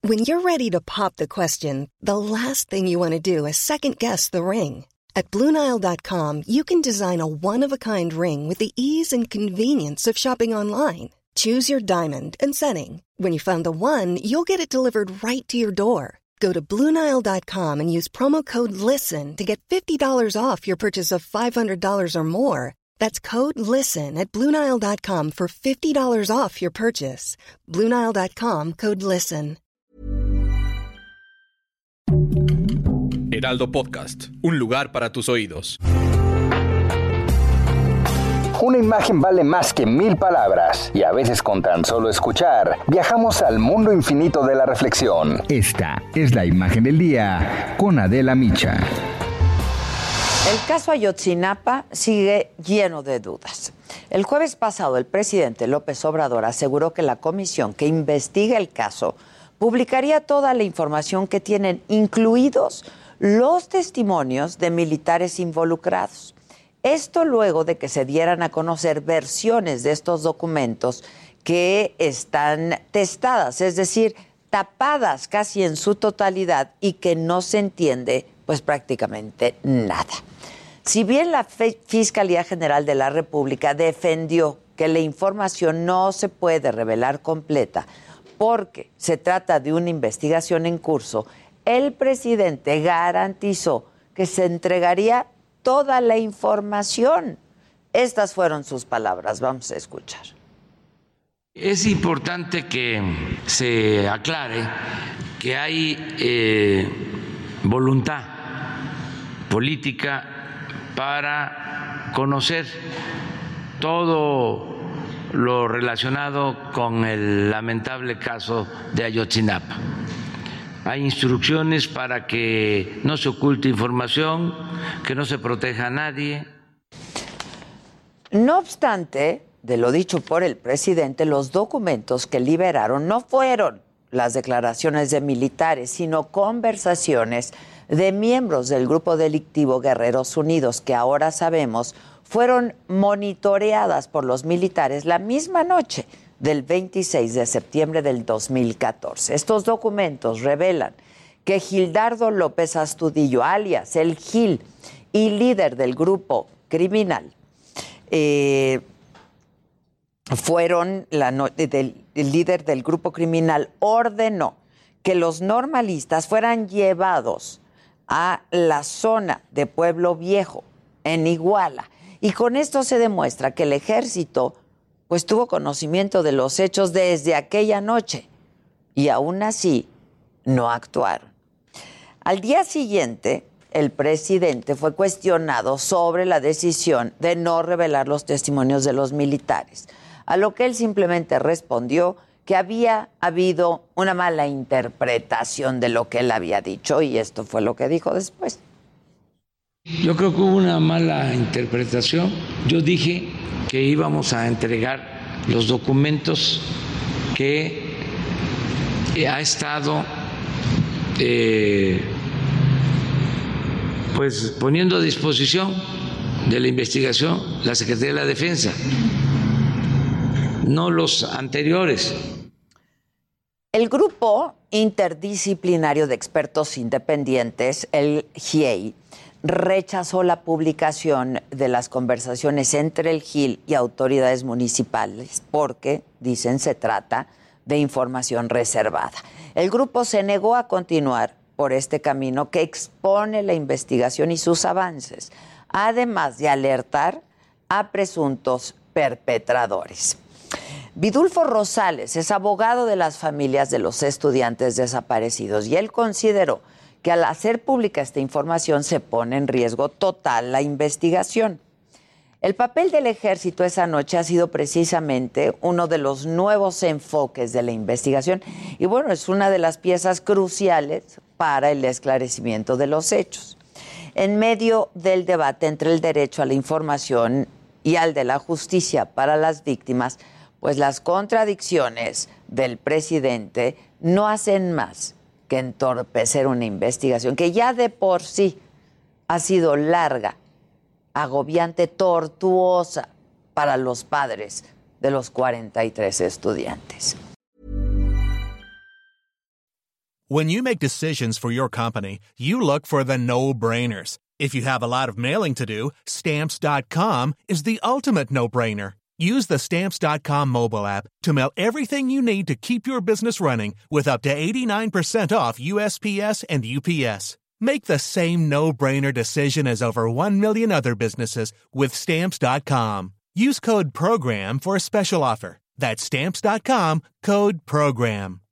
When you're ready to pop the question, the last thing you want to do is second-guess the ring. At BlueNile.com, you can design a one-of-a-kind ring with the ease and convenience of shopping online. Choose your diamond and setting. When you find the one, you'll get it delivered right to your door. Go to BlueNile.com and use promo code LISTEN to get $50 off your purchase of $500 or more. That's code LISTEN at BlueNile.com for $50 off your purchase. BlueNile.com, code LISTEN. Heraldo Podcast, un lugar para tus oídos. Una imagen vale más que 1000 palabras, y a veces con tan solo escuchar, viajamos al mundo infinito de la reflexión. Esta es la imagen del día con Adela Micha. El caso Ayotzinapa sigue lleno de dudas. El jueves pasado, el presidente López Obrador aseguró que la comisión que investiga el caso publicaría toda la información que tienen, incluidos los testimonios de militares involucrados. Esto luego de que se dieran a conocer versiones de estos documentos que están testadas, es decir, tapadas casi en su totalidad y que no se entiende pues prácticamente nada. Si bien la Fiscalía General de la República defendió que la información no se puede revelar completa porque se trata de una investigación en curso, el presidente garantizó que se entregaría toda la información. Estas fueron sus palabras. Vamos a escuchar. Es importante que se aclare que hay voluntad política para conocer todo lo relacionado con el lamentable caso de Ayotzinapa. Hay instrucciones para que no se oculte información, que no se proteja a nadie. No obstante, de lo dicho por el presidente, los documentos que liberaron no fueron las declaraciones de militares, sino conversaciones de miembros del grupo delictivo Guerreros Unidos, que ahora sabemos fueron monitoreadas por los militares la misma noche del 26 de septiembre del 2014. Estos documentos revelan que Gildardo López Astudillo, alias El Gil, y líder del grupo criminal, el líder del grupo criminal ordenó que los normalistas fueran llevados a la zona de Pueblo Viejo, en Iguala. Y con esto se demuestra que el ejército pues tuvo conocimiento de los hechos desde aquella noche y aún así no actuaron. Al día siguiente, el presidente fue cuestionado sobre la decisión de no revelar los testimonios de los militares, a lo que él simplemente respondió que había habido una mala interpretación de lo que él había dicho, y esto fue lo que dijo después. Yo creo que hubo una mala interpretación. Yo dije que íbamos a entregar los documentos que ha estado pues poniendo a disposición de la investigación la Secretaría de la Defensa, no los anteriores. El grupo interdisciplinario de expertos independientes, el GIEI, rechazó la publicación de las conversaciones entre el GIL y autoridades municipales porque, dicen, se trata de información reservada. El grupo se negó a continuar por este camino que expone la investigación y sus avances, además de alertar a presuntos perpetradores. Vidulfo Rosales es abogado de las familias de los estudiantes desaparecidos y él consideró que al hacer pública esta información se pone en riesgo total la investigación. El papel del ejército esa noche ha sido precisamente uno de los nuevos enfoques de la investigación y bueno, es una de las piezas cruciales para el esclarecimiento de los hechos. En medio del debate entre el derecho a la información y al de la justicia para las víctimas, pues las contradicciones del presidente no hacen más que entorpecer una investigación que ya de por sí ha sido larga, agobiante, tortuosa para los padres de los 43 estudiantes. When you make decisions for your company, you look for the no-brainers. If you have a lot of mailing to do, Stamps.com is the ultimate no-brainer. Use the Stamps.com mobile app to mail everything you need to keep your business running with up to 89% off USPS and UPS. Make the same no-brainer decision as over 1 million other businesses with Stamps.com. Use code PROGRAM for a special offer. That's Stamps.com, code PROGRAM.